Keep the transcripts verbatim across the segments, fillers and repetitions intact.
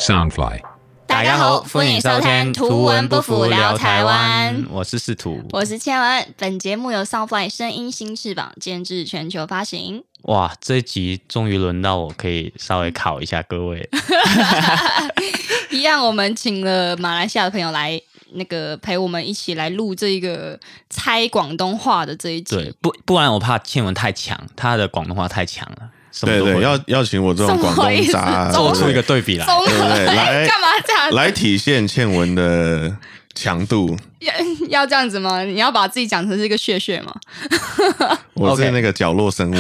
Soundfly。 大家好，歡迎收聽圖文不符聊台灣， 我是司徒， 我是千文。本節目由 Soundfly 聲音新翅膀監製全球發行。 哇，這一集終於輪到我可以稍微考一下各位。 一樣，我們請了馬來西亞的朋友來，那個陪我們一起來錄這個猜廣東話的這一集。 對，不不然我怕千文太強，他的廣東話太強了。 對對，要要請我這種廣東渣做出一個對比來， 對不對？來幹嘛這樣？ 來體現倩文的強度。 要要這樣子嗎？你要把自己講成是一個血血嗎？ 我是那個角落生物。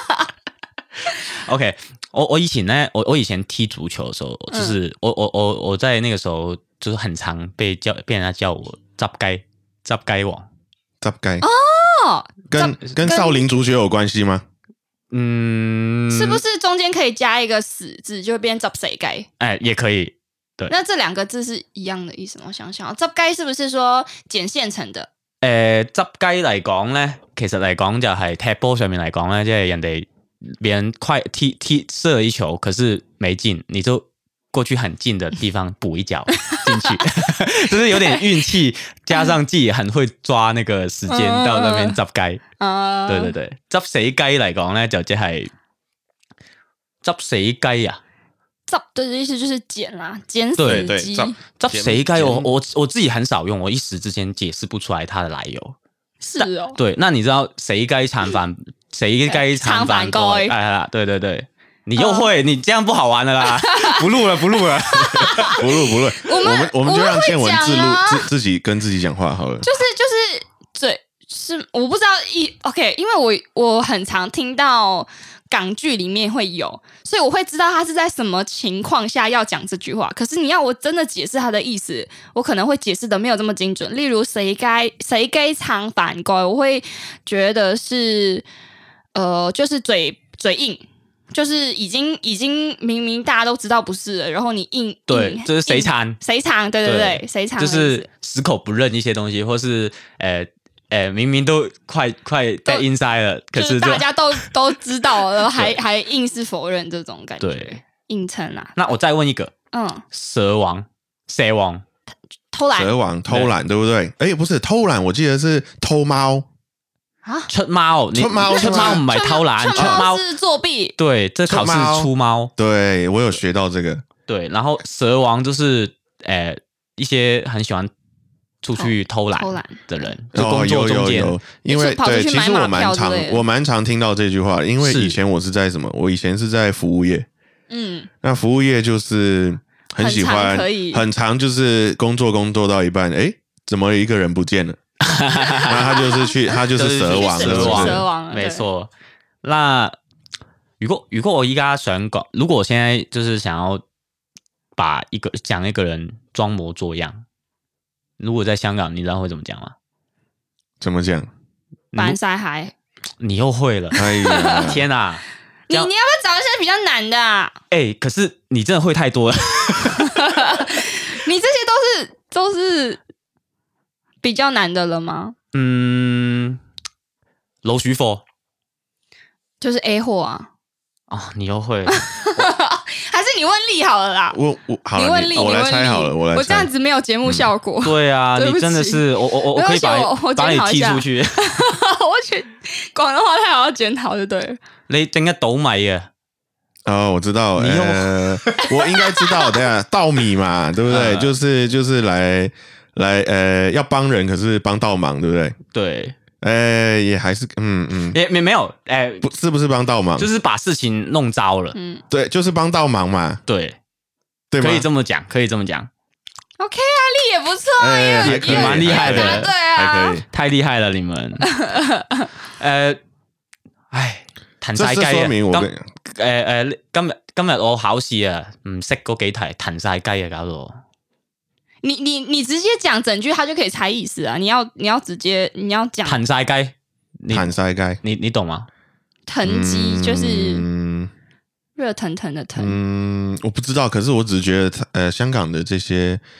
OK， 我我以前呢，我我以前踢足球的時候，就是、嗯、我我我我在那個時候就是很常被叫被人家叫我雜雞雜雞王雜雞哦，跟跟少林足球有關係嗎？ 嗯， 是不是中間可以加一個死字，就會變雜誰雞？ 哎，也可以。對， 那這兩個字是一樣的意思嗎？我想想，雜雞是不是說撿現成的？ 誒、呃，雜雞嚟講咧，其實嚟講就係踢波上面嚟講咧，即係人哋別人快踢踢射了一球，可是沒進，你就過去很近的地方補一腳進去，就是有點運氣，加上自己很會抓那個時間到那邊執雞。啊，對對對，執死雞嚟講咧，就即係執死雞啊。 執的意思就是撿啦，撿死雞。 執死雞，我我我自己很少用，我一時之間解釋不出來它的來由。 是哦。 對，那你知道死雞鏟飯，死雞鏟飯蓋？哎呀，對對對。你又會，你這樣不好玩了啦！不錄了，不錄了， 不錄不錄。我們我們就讓倩文自錄自自己跟自己講話好了。 就是就是嘴是我不知道一 OK， 因為我我很常聽到港劇裡面會有，所以我會知道他是在什麼情況下要講這句話。可是你要我真的解釋他的意思，我可能會解釋的沒有這麼精準。例如誰該誰該唱反蓋，我會覺得是呃，就是嘴嘴硬。就是已經已經明明大家都知道不是了，然後你硬對，就是誰藏誰藏，對對對，誰藏就是死口不認一些東西，或是呃呃明明都快快被 inside 了，可是就大家都都知道了，還還硬是否認這種感覺， 對， 硬撐啊。 那我再問一個， 嗯， 蛇王蛇王偷懶， 蛇王偷懶，對不對？哎，不是偷懶，我記得是偷貓。 啊、 出貓， 出貓， 出貓唔係偷懶， 出貓是作弊。 對，這考試出貓。 對，我有學到這個。 對，然後蛇王就是誒、呃、一些很喜歡出去偷懶的人， 哦、 就工作中間。 有有有，因為對，其實我蠻常我蠻常聽到這句話，因為以前我是在什麼？我以前是在服務業。嗯，那服務業就是很喜歡，很常，很常就是工作工作到一半，誒，怎麼一個人不見了？那他就是去，他就是蛇王， 蛇王，蛇王， 沒錯。那如果如果我依家想講，如果我現在就是想要把一個講一個人裝模作樣，如果在香港，你知道會怎麼講嗎？ 怎麼講？ 扮曬蟹， 你又會了！哎呀，天啊！ 你你要不要找一些比較難的啊？ 哎、欸，可是你真的會太多了。 你這些都是都是。比較難的了嗎？ 嗯，老鼠貨就是 A 貨啊！ 哦，你又會？ 還是你問力好了啦？ 我我好， 你問力， 我來猜好了，我來猜。 我這樣子沒有節目效果。 嗯、對啊，你真的是我我我我可以把我我把你踢出去。 我去廣東話太好要檢討就對了。 你整個倒米啊！ 哦，我知道，你呃，我應該知道，等下稻米嘛，對不對？呃、就是就是來。來，呃，要幫人，可是幫倒忙，對不對？ 對， 呃，也還是，嗯嗯， 也沒沒有，哎， 不是不是幫倒忙， 就是把事情弄糟了， 嗯， 對，就是幫倒忙嘛， 對， 對嗎？ 可以這麼講，可以這麼講。 OK 啊，力也不錯， 哎、 也也也蠻厲害的， 對啊， 還可以， 太厲害了你們。呃，唉，彈晒雞啊！ 今誒誒，今日今日我考試啊，唔識嗰幾題，彈晒雞啊，搞到我。 你你你直接講整句，他就可以猜意思啊！你要你要直接你要講彈晒雞， 彈晒雞， 你你懂嗎？ 騰雞就是熱騰騰的騰。 嗯，我不知道，可是我只是覺得，呃，香港的這些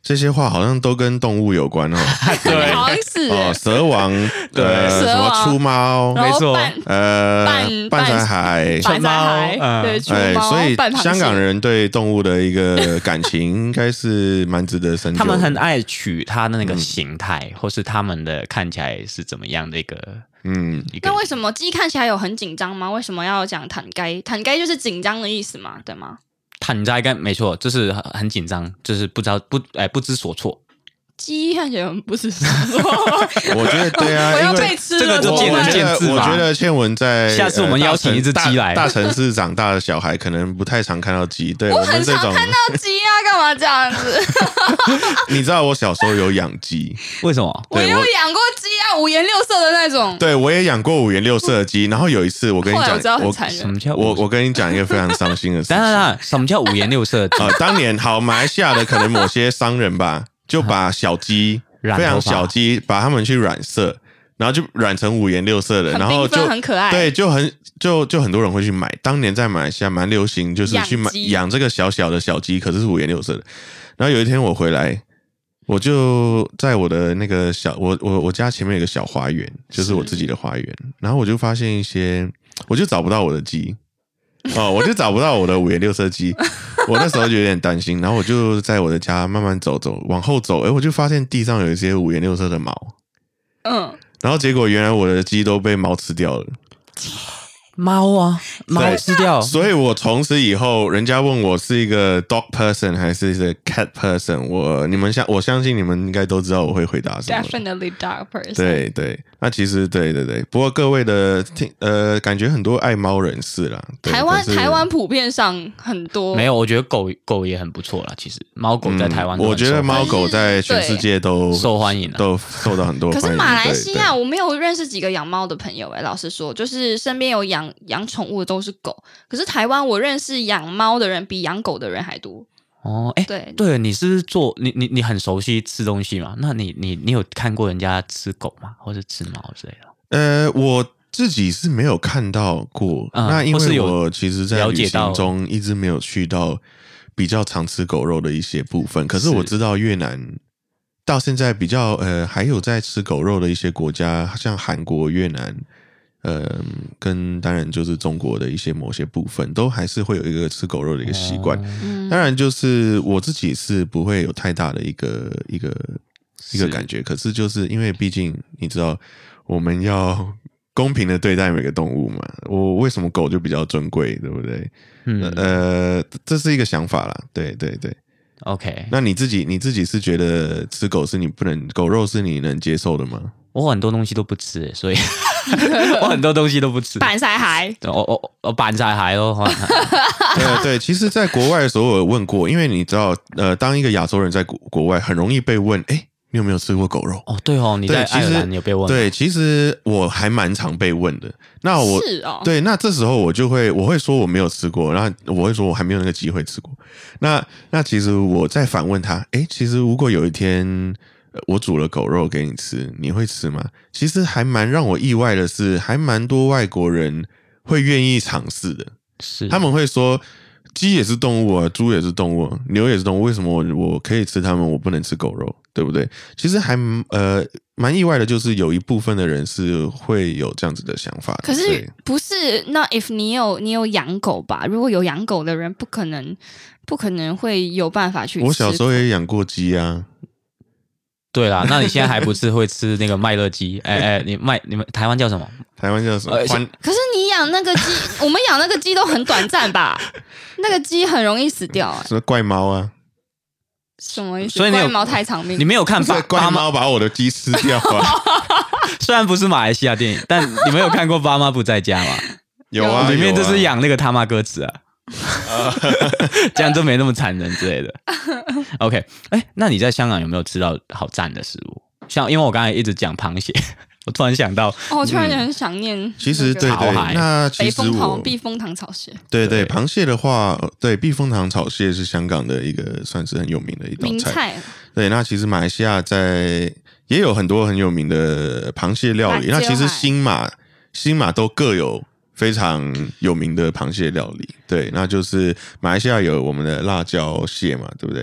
这些话好像都跟动物有关哦。 对，好像是哦，蛇王，对，什么出猫， 没错， 呃，半残骸， 半残骸，对，出猫， 所以香港人对动物的一个感情应该是蛮值得深究的。 他们很爱取它的那个形态，或是他们的看起来是怎么样的一个。 嗯， 那为什么鸡看起来有很紧张吗？为什么要讲坦该？坦该就是紧张的意思嘛，对吗？ 坦该跟没错，就是很紧张，就是不知道不哎不知所措。 鸡看起来很不知所措， 我觉得对啊， 我要被吃了。 这个就见仁见智我觉得倩文在下次我们邀请一只鸡来， 大城市长大的小孩可能不太常看到鸡。对， 我很常看到鸡啊，干嘛这样子？ 你知道我小时候有养鸡， 为什么？ 我有养过鸡啊，五颜六色的那种。 对，我也养过五颜六色的鸡。然后有一次，我跟你讲， 我什么叫我我跟你讲一个非常伤心的事情。 当然了，什么叫五颜六色的鸡？ 呃，当年好马来西亚的可能某些商人吧。就把小鸡非常小鸡，把它们去染色，然后就染成五颜六色的，然后就很可爱， 对，就很就就很多人会去买。当年在马来西亚蛮流行，就是去买养这个小小的小鸡，可是是五颜六色的。然后有一天我回来，我就在我的那个小我我我家前面有个小花园，就是我自己的花园，然后我就发现一些，我就找不到我的鸡。哦，我就找不到我的五颜六色鸡，我那时候就有点担心，然后我就在我的家慢慢走走，往后走，哎，我就发现地上有一些五颜六色的毛， 嗯， 然后结果原来我的鸡都被猫吃掉了。 猫啊，猫吃掉， 所以我从此以后，人家问我是一个 dog person 还是一个 cat person， 我你们相我相信你们应该都知道我会回答什么。 Definitely dog person。 对对，那其实对对对，不过各位的听呃，感觉很多爱猫人士啦。 台湾台湾普遍上很多没有，我觉得狗狗也很不错啦。其实猫狗在台湾、 嗯，我觉得猫狗在全世界都受欢迎， 都受到很多欢迎。 可是马来西亚我没有认识几个养猫的朋友哎、欸，老实说，就是身边有养。养宠物的都是狗，可是台湾我认识养猫的人比养狗的人还多。 哦，哎、欸，对对，你是做你你你很熟悉吃东西嘛？那你你你有看过人家吃狗吗？或者吃猫之类的？ 呃，我自己是没有看到过。嗯、那因为我其实，在旅行中一直没有去到比较常吃狗肉的一些部分。可是我知道越南到现在比较呃还有在吃狗肉的一些国家，像韩国、越南。呃，跟当然就是中国的一些某些部分，都还是会有一个吃狗肉的一个习惯。哦、当然，就是我自己是不会有太大的一个一个一个感觉。可是，就是因为毕竟你知道，我们要公平的对待每个动物嘛。我为什么狗就比较尊贵，对不对？嗯，呃，这是一个想法啦。对对对。 OK， 那你自己你自己是觉得吃狗是你不能狗肉是你能接受的吗？ 我很多东西都不吃，所以我很多东西都不吃。 板晒蟹， 我我我板晒蟹咯。 对对，其实，在国外的时候我有问过，因为你知道，呃，当一个亚洲人在国国外，很容易被问，哎，你有没有吃过狗肉？ 哦，对哦，你在爱尔兰有被问？ 对，其实我还蛮常被问的。那我是哦， 对，那这时候我就会我会说我没有吃过，然后我会说我还没有那个机会吃过。那那其实我在反问他，哎，其实如果有一天。我煮了狗肉给你吃，你会吃吗？其实还蛮让我意外的是，还蛮多外国人会愿意尝试的。 是， 他们会说，鸡也是动物啊，猪也是动物，牛也是动物，为什么我我可以吃它们，我不能吃狗肉？对不对？其实还呃蛮意外的，就是有一部分的人是会有这样子的想法的。 可是不是？那 if 你有你有养狗吧？如果有养狗的人，不可能不可能会有办法去吃。 我小时候也养过鸡啊。 对啦，那你现在还不是会吃那个麦乐鸡？哎哎，你麦你们台湾叫什么？ 台湾叫什么？呃、 可是你养那个鸡，我们养那个鸡都很短暂吧？那个鸡很容易死掉、欸。 什么怪猫啊？ 什么意思？ 所以你怪猫太长命， 你没有看爸怪猫把我的鸡吃掉啊？ 虽然不是马来西亚电影，但你们有看过《爸妈不在家》吗？ 有啊， 里面就是养那个他妈鸽子啊。这样就没那么残忍之类的。OK， 哎、欸，那你在香港有没有吃到好赞的食物？像因为我刚才一直讲螃蟹，我突然想到， 哦，我突然很想念、嗯。 其实对对，那其实我避风塘炒蟹， 对对，螃蟹的话，对避风塘炒蟹是香港的一个算是很有名的一道菜。 名菜。 对，那其实马来西亚在也有很多很有名的螃蟹料理。那其实新马新马都各有。非常有名的螃蟹料理，对，那就是马来西亚有我们的辣椒蟹嘛，对不对？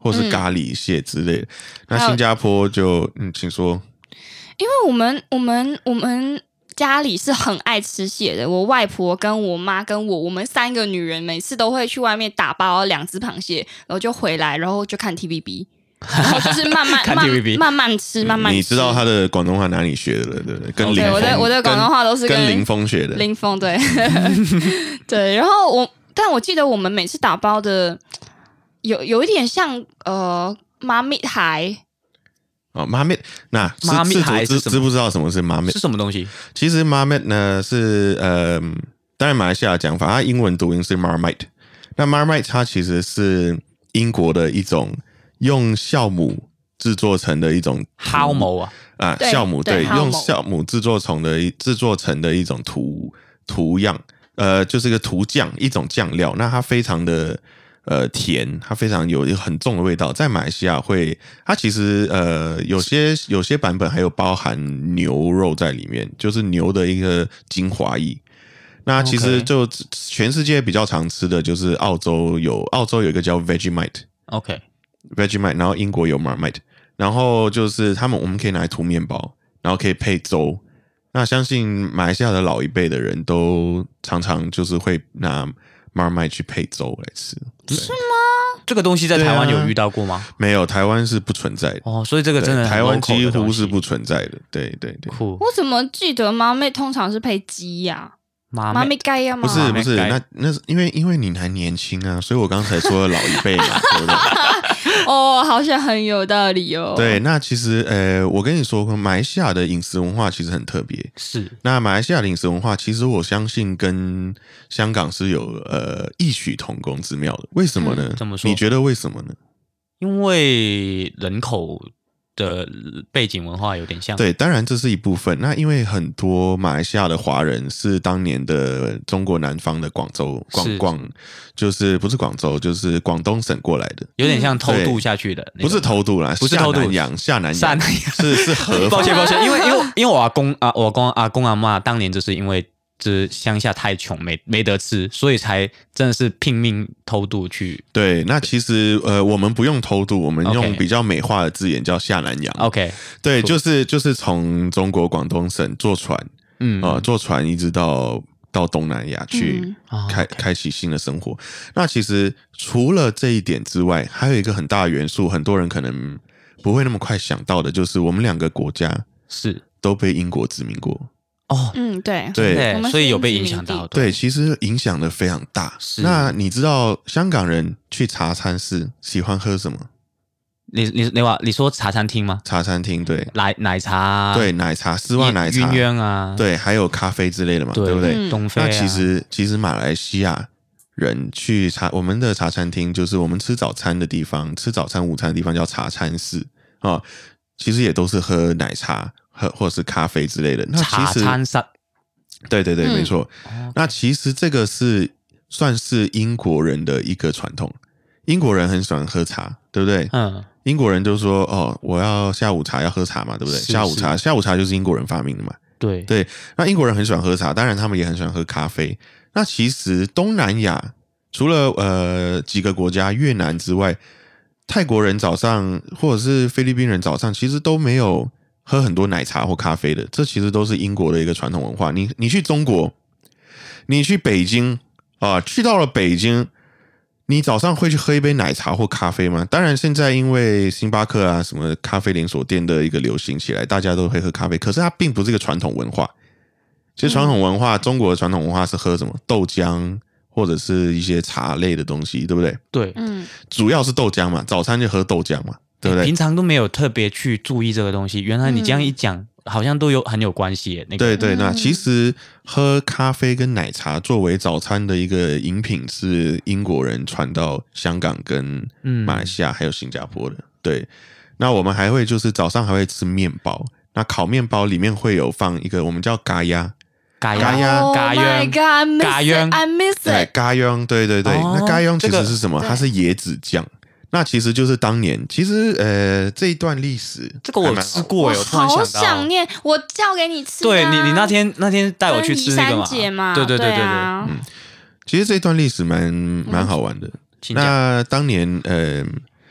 或是咖喱蟹之类的。嗯、那新加坡就嗯，请说。 因为我们我们我们家里是很爱吃蟹的，我外婆跟我妈跟我，我们三个女人每次都会去外面打包两只螃蟹，然后就回来，然后就看 T V B。然后就是慢慢慢慢慢吃，慢慢吃。 你知道他的广东话哪里学的了，对不对？跟林峰， 我的我的广东话都是跟林峰学的。 林峰对对，然后我，但我记得我们每次打包的有有一点像呃妈咪海。 哦，妈咪，那妈咪海知知不知道什么是妈咪？ 是什么东西？ 其实妈咪呢是呃，当然马来西亚的讲法，它英文读音是 Marmite。那 Marmite 它其实是英国的一种用酵母制作成的一种酵母啊啊，酵母对，用酵母制作成的制作成的一种涂涂样，呃，就是一个涂酱，一种酱料。那它非常的。呃，甜，它非常有一个很重的味道，在马来西亚会，它其实呃有些有些版本还有包含牛肉在里面，就是牛的一个精华液。那其实就全世界比较常吃的就是澳洲有澳洲有一个叫 Vegemite，OK，Vegemite，、okay. 然后英国有 Marmite， 然后就是他们我们可以拿来涂面包，然后可以配粥。那相信马来西亚的老一辈的人都常常就是会拿Marmite去配粥来吃， 是吗？ 这个东西在台湾有遇到过吗？ 啊、没有，台湾是不存在的哦，所以这个真的台湾几乎是不存在的。对对对， 酷。 我怎么记得妈妹通常是配鸡呀、啊？妈妹盖呀吗？ 不是不是，那那是因为因为你还年轻啊，所以我刚才说了老一辈嘛，对不对？ 哦，好像很有道理哦。 对，那其实呃，我跟你说，马来西亚的饮食文化其实很特别。 是， 那马来西亚的饮食文化，其实我相信跟香港是有呃异曲同工之妙的。为什么呢？ 怎么说？ 你觉得为什么呢？ 因为人口的背景文化有点像。 对，当然这是一部分。那因为很多马来西亚的华人是当年的中国南方的广州、广广，就是不是广州，就是广东省过来的， 有点像偷渡下去的。 不是偷渡啦， 不是偷渡， 下南洋，下南洋， 是是合法。 抱歉抱歉，因为因为因为我阿公啊，我公阿公阿嬷当年就是因为。就是乡下太穷，没没得吃，所以才真的是拼命偷渡去。 对，那其实呃，我们不用偷渡，我们用比较美化的字眼叫下南洋。 OK， 对，就是就是从中国广东省坐船，嗯啊、呃，坐船一直到到东南亚去、嗯、开、oh, okay. 开启新的生活。那其实除了这一点之外，还有一个很大的元素，很多人可能不会那么快想到的，就是我们两个国家是都被英国殖民过。 哦， 嗯，对对， 所以有被影响到。 对，其实影响的非常大。那你知道香港人去茶餐室喜欢喝什么？ 你你你话你说茶餐厅吗？ 茶餐厅对， 奶奶茶， 对，奶茶、丝袜奶茶、 鸳鸯啊， 对，还有咖啡之类的嘛， 对, 对不对？ 东非、啊。 那其实其实马来西亚人去茶我们的茶餐厅，就是我们吃早餐的地方，吃早餐、午餐的地方叫茶餐室啊、哦，其实也都是喝奶茶。或或是咖啡之类的，那其实茶餐室， 对对对，嗯、没错。那其实这个是算是英国人的一个传统，英国人很喜欢喝茶，对不对？嗯，英国人就说哦，我要下午茶要喝茶嘛，对不对？下午茶，下午茶就是英国人发明的嘛。 对对，那英国人很喜欢喝茶，当然他们也很喜欢喝咖啡。那其实东南亚除了呃几个国家，越南之外，泰国人早上或者是菲律宾人早上其实都没有。喝很多奶茶或咖啡的，这其实都是英国的一个传统文化。你你去中国，你去北京啊，去到了北京，你早上会去喝一杯奶茶或咖啡吗？当然，现在因为星巴克啊什么咖啡连锁店的一个流行起来，大家都会喝咖啡。可是它并不是一个传统文化。其实传统文化，嗯、中国的传统文化是喝什么豆浆或者是一些茶类的东西，对不对？ 对， 嗯， 主要是豆浆嘛，早餐就喝豆浆嘛。对不对？ 平常都没有特别去注意这个东西，原来你这样一讲，嗯、好像都有很有关系耶。那个、 对对，那其实喝咖啡跟奶茶作为早餐的一个饮品，是英国人传到香港跟马来西亚还有新加坡的。嗯、对，那我们还会就是早上还会吃面包，那烤面包里面会有放一个我们叫咖椰。 咖椰， 咖椰， 咖椰 ，I miss it。 对，咖椰，对对对，哦、那咖椰其实是什么？这個、它是椰子酱。那其实就是当年，其实呃这一段历史， 这个我吃过耶，我突然想到，好想念，我叫给你吃、啊。 对你，你那天那天带我去吃那个嘛， 嘛对对对对对， 啊、 嗯，其实这一段历史蛮蛮好玩的。嗯、那当年呃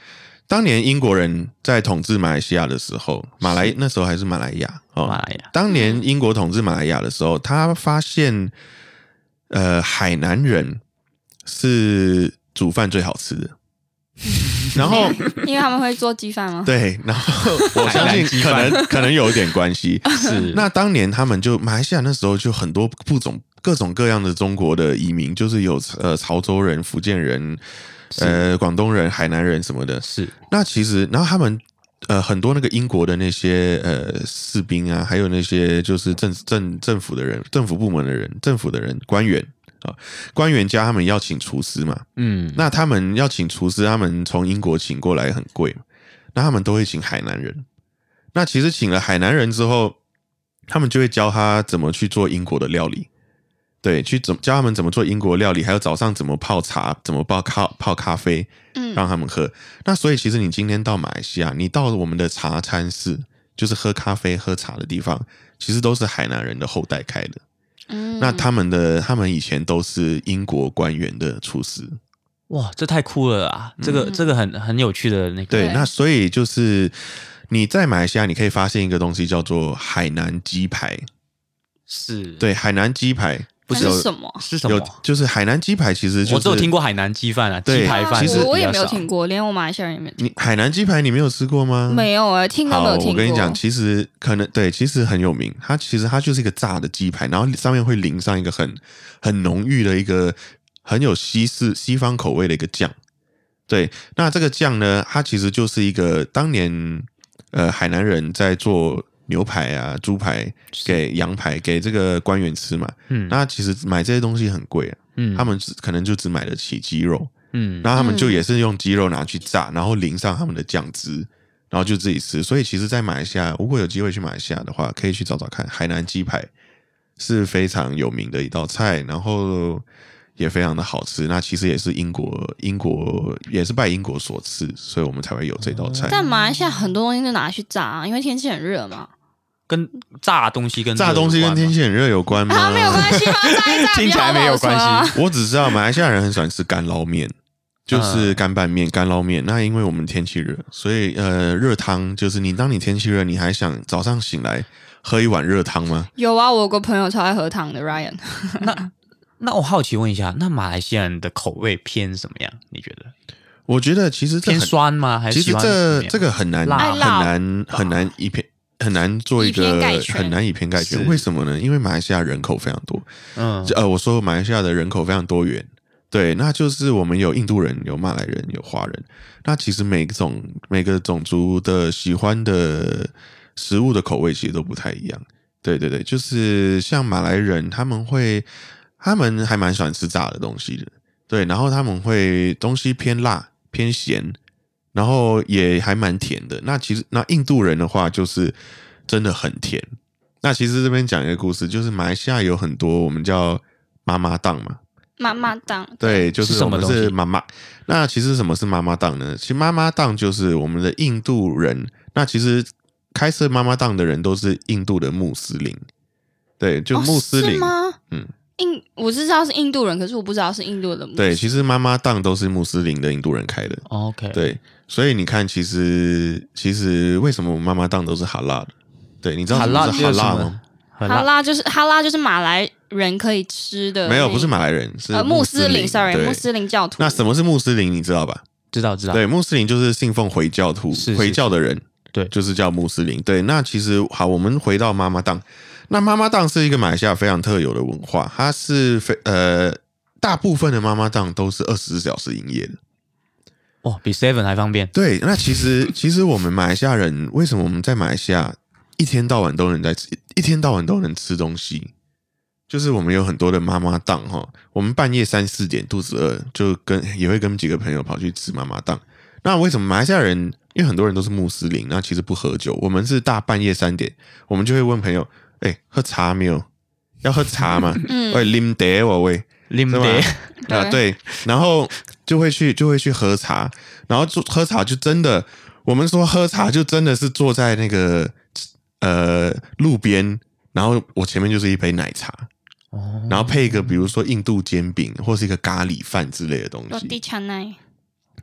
当年英国人在统治马来西亚的时候，马来那时候还是马来亚哦。 马来亚当年英国统治马来亚的时候，他发现，呃，海南人是煮饭最好吃的。然后， 因为他们会做鸡饭吗？ 对，然后我相信可能可能有一点关系。 是， 那当年他们就马来西亚那时候就很多不种各种各样的中国的移民，就是有呃潮州人、福建人。呃，广东人、海南人什么的， 是。 那其实，然后他们呃很多那个英国的那些呃士兵啊，还有那些就是政政政府的人、政府部门的人、政府的人、官员啊，官员家他们要请厨师嘛，嗯，那他们要请厨师，他们从英国请过来很贵，那他们都会请海南人。那其实请了海南人之后，他们就会教他怎么去做英国的料理。对，去怎教他们怎么做英国料理，还有早上怎么泡茶，怎么泡咖泡咖啡，嗯，让他们喝。那所以其实你今天到马来西亚，你到我们的茶餐室，就是喝咖啡、喝茶的地方，其实都是海南人的后代开的。嗯，那他们的他们以前都是英国官员的厨师。 哇，这太酷了啊！这个、嗯、这个很很有趣的那个。 对，那所以就是你在马来西亚，你可以发现一个东西叫做海南鸡排。 是， 对，海南鸡排。 不是什么？ 是什么？ 就是海南鸡排，其实、就是、 我只有听过海南鸡饭啊，鸡排饭。 其实我也没有听过，连我马来西亚人也没有听过。 你海南鸡排你没有吃过吗？ 没有啊，听都没有听过。 我跟你讲，其实可能对，其实很有名。它其实它就是一个炸的鸡排，然后上面会淋上一个很很浓郁的一个很有西式西方口味的一个酱。对，那这个酱呢，它其实就是一个当年呃海南人在做。牛排啊，猪排给羊排给这个官员吃嘛，嗯，那其实买这些东西很贵啊，嗯，他们可能就只买得起鸡肉，嗯，然后他们就也是用鸡肉拿去炸，然后淋上他们的酱汁，然后就自己吃。所以其实，在马来西亚，如果有机会去马来西亚的话，可以去找找看，海南鸡排是非常有名的一道菜，然后也非常的好吃。那其实也是英国，英国也是拜英国所赐，所以我们才会有这道菜。 但马来西亚很多东西都拿去炸啊，因为天气很热嘛。 跟炸东西跟炸东西跟天气很热有关吗？ 啊，没有关系吗？炸一炸听起来没有关系。 我只知道马来西亚人很喜欢吃干捞面，就是干拌面、干捞面。那因为我们天气热，所以呃，热汤就是你当你天气热，你还想早上醒来喝一碗热汤吗？ 有啊，我有个朋友超爱喝汤的 Ryan 那那我好奇问一下，那马来西亚人的口味偏什么样？你觉得？ 我觉得其实偏酸吗？还是其实这这个很难很难很难一片。很难做一个很难以偏概全，为什么呢？因为马来西亚人口非常多，嗯，呃，我说马来西亚的人口非常多元，对，那就是我们有印度人、有马来人、有华人，那其实每种每个种族的喜欢的食物的口味其实都不太一样，对对对，就是像马来人，他们会他们还蛮喜欢吃炸的东西的，对，然后他们会东西偏辣、偏咸。然后也还蛮甜的。那其实那印度人的话就是真的很甜。那其实这边讲一个故事，就是马来西亚有很多我们叫妈妈档嘛。 妈妈档对，就是我们是妈妈。那其实什么是妈妈档呢？其实妈妈档就是我们的印度人。那其实开设妈妈档的人都是印度的穆斯林。对，就穆斯林、 哦、是吗？ 嗯。 印我知道是印度人，可是我不知道是印度的穆斯林。 对，其实妈妈档都是穆斯林的印度人开的。 Oh, OK， 对，所以你看，其实其实为什么妈妈档都是哈拉的？对，你知道什么是哈拉吗？ 哈拉就是哈拉就是马来人可以吃的， 没有，不是马来人，是呃穆斯林 ，sorry， 穆斯林教徒。 那什么是穆斯林？你知道吧？ 知道，知道。 对，穆斯林就是信奉回教徒、 是是是回教的人， 对， 就是叫穆斯林。对，那其实好，我们回到妈妈档。那妈妈档是一个马来西亚非常特有的文化，它是非呃大部分的妈妈档都是二十四小时营业的。 哦，比 seven 还方便。 对，那其实其实我们马来西亚人为什么我们在马来西亚一天到晚都能在吃，一天到晚都能吃东西？就是我们有很多的妈妈档哈，我们半夜三四点肚子饿，就跟也会跟几个朋友跑去吃妈妈档。那为什么马来西亚人？因为很多人都是穆斯林，那其实不喝酒，我们是大半夜三点，我们就会问朋友。哎、欸，喝茶没有？要喝茶吗？嗯，喂，啉茶我喂， 啉茶啊，对，然后就会去就会去喝茶，然后喝茶就真的，我们说喝茶就真的是坐在那个呃路边，然后我前面就是一杯奶茶，哦，然后配一个比如说印度煎饼或是一个咖喱饭之类的东西。 地茶奶。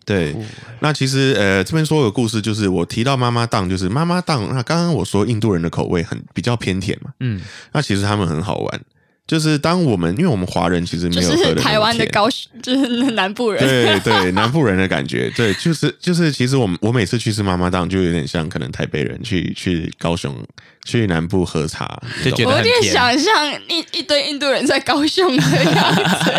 对，那其实呃这边说的故事就是我提到妈妈档，就是妈妈档。那刚刚我说印度人的口味很比较偏甜嘛，嗯，那其实他们很好玩。就是当我们，因为我们华人其实没有喝的那么甜，就是台湾的高，就是南部人， 对对，南部人的感觉，对，就是就是，其实我们我每次去吃妈妈档，就有点像可能台北人去去高雄去南部喝茶， 就觉得我有点想象一一堆印度人在高雄的样子，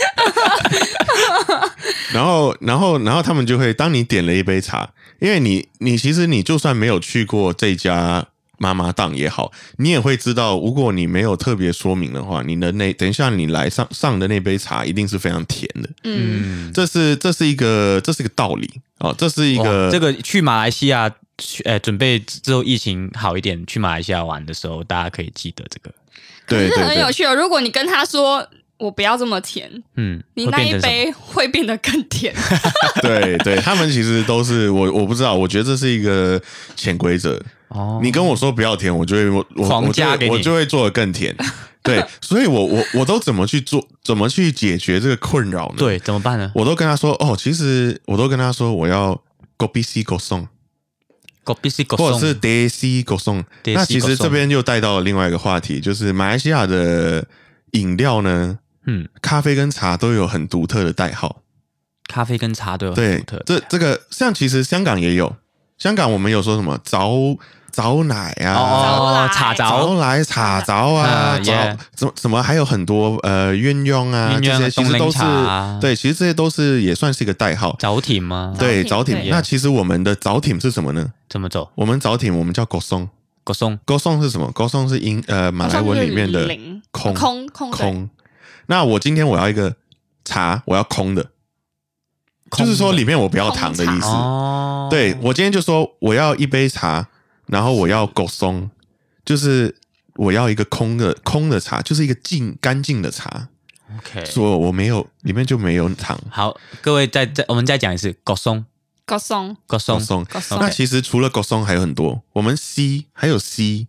然后然后然后他们就会，当你点了一杯茶，因为你你其实你就算没有去过这家妈妈档也好，你也会知道，如果你没有特别说明的话，你的那等一下你来上上的那杯茶一定是非常甜的。嗯，这是这是一个这是一个道理哦，这是一个这个去马来西亚，呃，准备之后疫情好一点去马来西亚玩的时候，大家可以记得这个。 对， 可是很有趣哦。如果你跟他说我不要这么甜，嗯，你那一杯会变得更甜。 对对，他们其实都是我我不知道，我觉得这是一个潜规则。哦，你跟我说不要甜，我就会我狂加给你， 我就会做的更甜。对，所以我我我都怎么去做，怎么去解决这个困扰呢？ 对，怎么办呢？ 我都跟他说，哦，其实我都跟他说，我要 kopi si kosong。kopi si kosong 或者是 teh si kosong。那其实这边又带到了另外一个话题，就是马来西亚的饮料呢，嗯，咖啡跟茶都有很独特的代号。 咖啡跟茶都有很独特的代号。 这这个像其实香港也有，香港我们有说什么早早奶啊， 哦，茶早来茶早啊，早什么什么还有很多呃鸳鸯啊，这些其实都是对，其实这些都是也算是一个代号。 早挺吗？ 对，早挺。那其实我们的早挺是什么呢？ 怎么走？ 我们早挺我们叫狗松。 狗松， 狗松是什么？狗松是英呃马来文里面的空空空空。那我今天我要一个茶，我要空的，就是说里面我不要糖的意思。哦，对，我今天就说我要一杯茶，然后我要狗松，就是我要一个空的空的茶，就是一个净干净的茶。 OK， 说我没有里面就没有糖。 好，各位再再我们再讲一次，狗松。 狗松， 狗松， 狗松。那其实除了狗松还有很多，我们 C 还有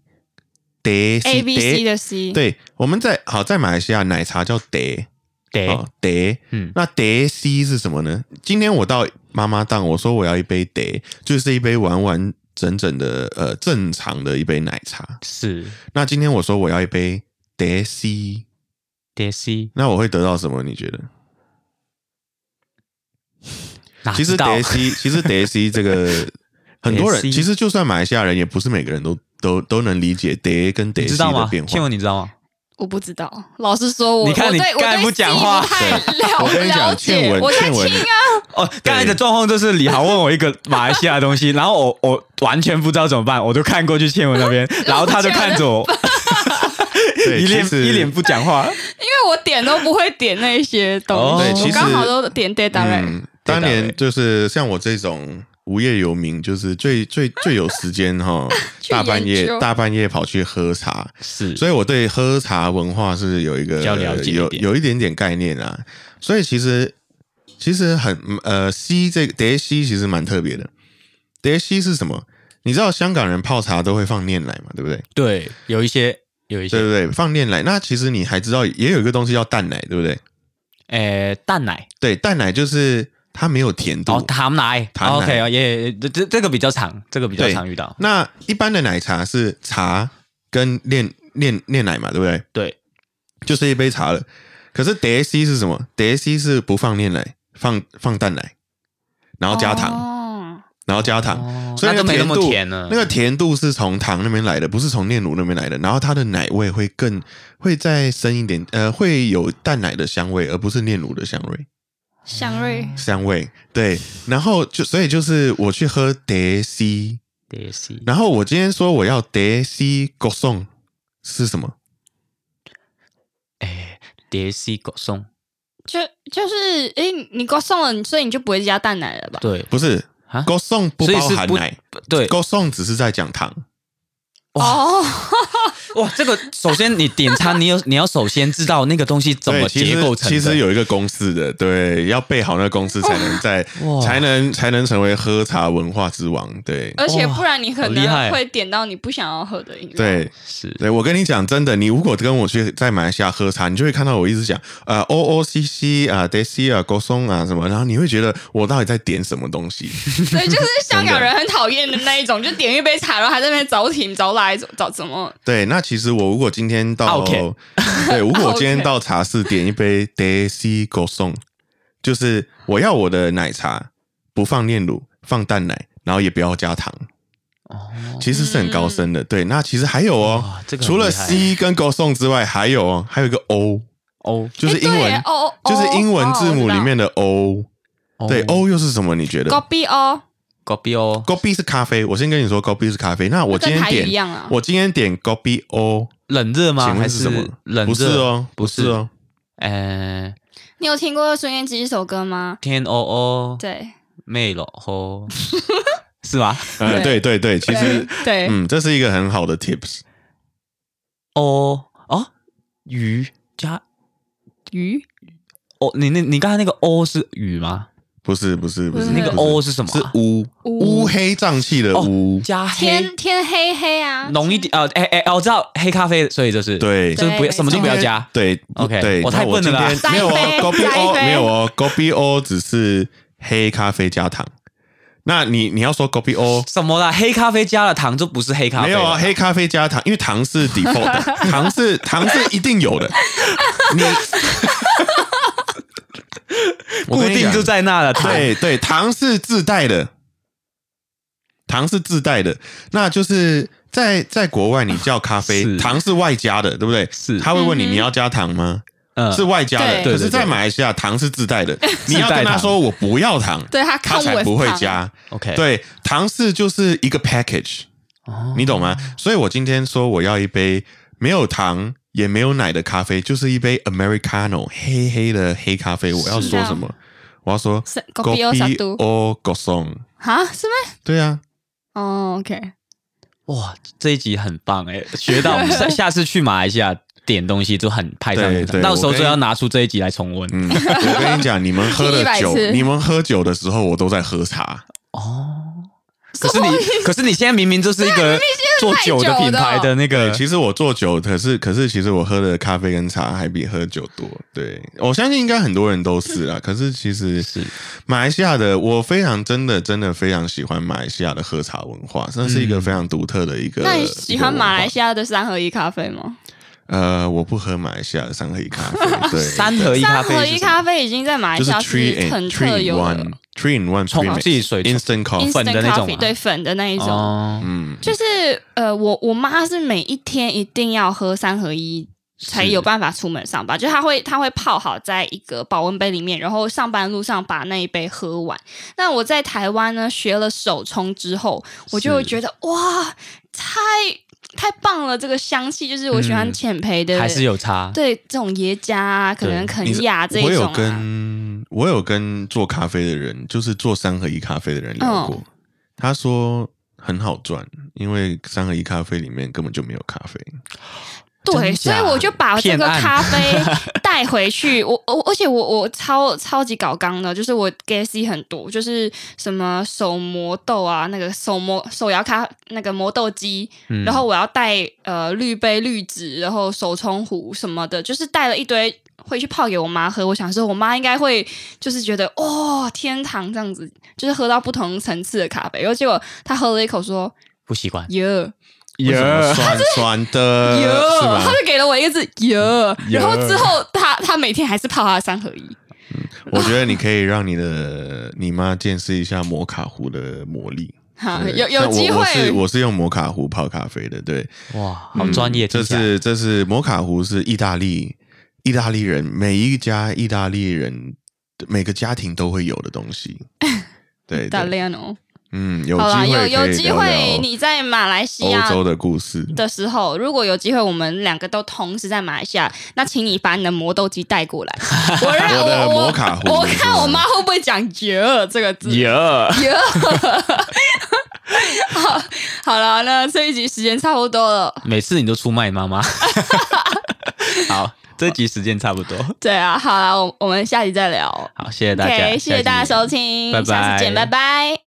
C，D，A B C 的 C。 对，我们在好在马来西亚奶茶叫 D，D，嗯，那 D C 是什么呢？今天我到妈妈档，我说我要一杯 D， 就是一杯完完整整的呃正常的一杯奶茶。 是。 那今天我说我要一杯 D C，D C， 那我会得到什么？你觉得？其实 D C 其实 D C 这个很多人其实就算马来西亚人也不是每个人都都都能理解 D 跟 D C 的变化。 倩文你知道吗？ 我不知道，老实说我你看你刚才不讲话， 我跟你讲，倩文倩文啊， 哦，刚才的状况就是李豪问我一个马来西亚的东西，然后我我完全不知道怎么办，我就看过去倩文那边，然后他就看着我，一脸一脸不讲话，因为我点都不会点那些东西，我刚好都点 D 当然。 当年就是像我这种无业游民，就是最最最有时间哈，大半夜大半夜跑去喝茶， 是， 所以我对喝茶文化是有一个有有一点点概念啊。所以其实其实很呃 C 这个 D C 其实蛮特别的。D C 是什么？你知道香港人泡茶都会放炼奶嘛，对不对？ 对，有一些有一些， 对不对？放炼奶。那其实你还知道也有一个东西叫淡奶，对不对？ 呃，淡奶， 对，淡奶就是。它没有甜度哦，糖奶， 糖奶 ，OK， 也这这这个比较常，这个比较常遇到。 那一般的奶茶是茶跟炼炼炼奶嘛，对不对？ 对， 就是一杯茶了。可是 D C 是什么 ？D C 是不放炼奶，放放淡奶，然后加糖，哦、然后加糖，哦、所以那个甜度，那, 那个甜度是从糖那边来的，不是从炼乳那边来的。然后它的奶味会更会再深一点，呃，会有淡奶的香味，而不是炼乳的香味。 香味， 香味，对，然后就所以就是我去喝 D C，D C， 然后我今天说我要 D C 果送是什么？ 哎 ，D C 果送， 就就是哎，你果送了，所以你就不会加淡奶了吧？ 对， 不是，果送不包含奶， 对， 果送只是在讲糖。 哦， 哇，这个首先你点餐，你有你要首先知道那个东西怎么结构成的。 其实有一个公式的，对，要背好那个公式才能在才能才能成为喝茶文化之王，对。 而且不然你可能会点到你不想要喝的饮料。 对， 是， 对我跟你讲真的，你如果跟我去在马来西亚喝茶，你就会看到我一直讲呃 O O C C 啊 Desi 啊 Gosong 啊什么，然后你会觉得我到底在点什么东西？ 对，就是香港人很讨厌的那一种，就点一杯茶，然后还在那边找停找来找怎么？ 对，那其实我如果今天到， Okay. 对，如果我今天到茶室点一杯 Desi Gosong， 就是我要我的奶茶不放炼乳，放淡奶，然后也不要加糖。哦，其实是很高深的。嗯、对，那其实还有哦，这个、除了 C 跟 Gosong 之外，还有哦，还有一个 O O， 就是英文， 哦、 就是英文字母里面的 O。 哦、 对 ，O 又是什么？你觉得 ？Kopi O。Kopi O，Kopi 是咖啡。我先跟你说 ，Kopi 是咖啡。那我今天点， 啊、 我今天点 Kopi O， 冷热吗？ 请问是什么？ 冷热？ 不是哦，不是哦。 呃， 你有听过孙燕姿一首歌吗？ 天哦哦， 对， 妹了吼，是吗？ 呃，对对对，其实对， 嗯，这是一个很好的 tips。 哦哦，鱼加鱼。 哦，你那你刚才那个 O 是雨吗？ 不是不是不是， 那个 O 是什么、啊？ 是乌乌黑瘴气的乌、 哦，加黑天天黑黑啊， 浓一点哦，哎哎，我知道黑咖啡，所以就是对， 就是不要什么都不要加。 对 ，OK， 对， 我太笨了啦， 没有哦 ，Kopi O 没有哦 ，Kopi O 只是黑咖啡加糖。那你你要说 Kopi O 什么啦？黑咖啡加了糖就不是黑咖啡？ 没有啊，黑咖啡加糖，因为糖是 default 的，糖是糖是一定有的。你。 固定就在那了， 对对，糖是自带的，糖是自带的，那就是在在国外你叫咖啡，糖是外加的，对不对？ 是， 他会问你你要加糖吗？嗯，是外加的，可是，在马来西亚糖是自带的，你要跟他说我不要糖， 对他他才不会加。 OK， 对，糖是就是一个 package， 你懂吗？所以我今天说我要一杯没有糖也没有奶的咖啡，就是一杯 Americano 黑黑的黑咖啡。我要说什么？我要说 Kopi O Gosong 哈，是吗？ 对啊。 哦 ，OK。 哇，这一集很棒哎，学到下下次去马来西亚点东西就很派上用场，到时候就要拿出这一集来重温。 嗯，我跟你讲，你们喝的酒，你们喝酒的时候，我都在喝茶。 哦。可是你，可是你现在明明就是一个做酒的品牌的那个。 其实我做酒，可是可是其实我喝的咖啡跟茶还比喝酒多。对，我相信应该很多人都是啦。可是其实是马来西亚的，我非常真的真的非常喜欢马来西亚的喝茶文化，那是一个非常独特的一个。 那你喜欢马来西亚的三合一咖啡吗？ 呃，我不喝马来西亚的三合一咖啡。对， 三合一咖啡， 三合一咖啡已经在马来西亚是很特有的。 Three in one， 冲自己水 instant coffee 粉的那种， 对粉的那一种， 哦、 嗯，就是呃，我我妈是每一天一定要喝三合一才有办法出门上班，就她会她会泡好在一个保温杯里面，然后上班路上把那一杯喝完。那我在台湾呢学了手冲之后，我就会觉得哇，太太棒了！这个香气就是我喜欢浅焙的， 嗯、还是有差。 对，这种耶加啊，可能肯亚这一种、啊。 我有跟我有跟做咖啡的人，就是做三合一咖啡的人聊过，嗯、他说很好赚，因为三合一咖啡里面根本就没有咖啡。 对，所以我就把这个咖啡带回去。我我而且我我超超级搞刚的，就是我 Gassy 很多，就是什么手磨豆啊，那个手磨手摇咖那个磨豆机，嗯、然后我要带呃滤杯、滤纸，然后手冲壶什么的，就是带了一堆回去泡给我妈喝。我想说，我妈应该会就是觉得哦天堂这样子，就是喝到不同层次的咖啡。然后结果她喝了一口说不习惯， 耶。 为什么酸酸的？是吗？ 他就给了我一个字“哟”，然后之后他他每天还是泡他的三合一。 嗯，我觉得你可以让你的你妈见识一下摩卡壶的魔力。 好，有有机会。 我是我是用摩卡壶泡咖啡的，对， 哇，好专业。 嗯、这是这是摩卡壶是意大利意大利人每一家意大利人每个家庭都会有的东西。对， 大量哦。 嗯，有机会有有机会你在马来西亚欧洲的故事的时候，如果有机会我们两个都同时在马来西亚，那请你把你的磨豆机带过来。我让我的摩卡壶， 我看我妈会不会讲“耶”这个字。 耶耶。好好了，那这一集时间差不多了。 每次你都出卖妈妈。好，这集时间差不多。 对啊，好了，我我们下集再聊。 好，谢谢大家， okay, 谢谢大家收听， 拜拜， 下次见，拜拜。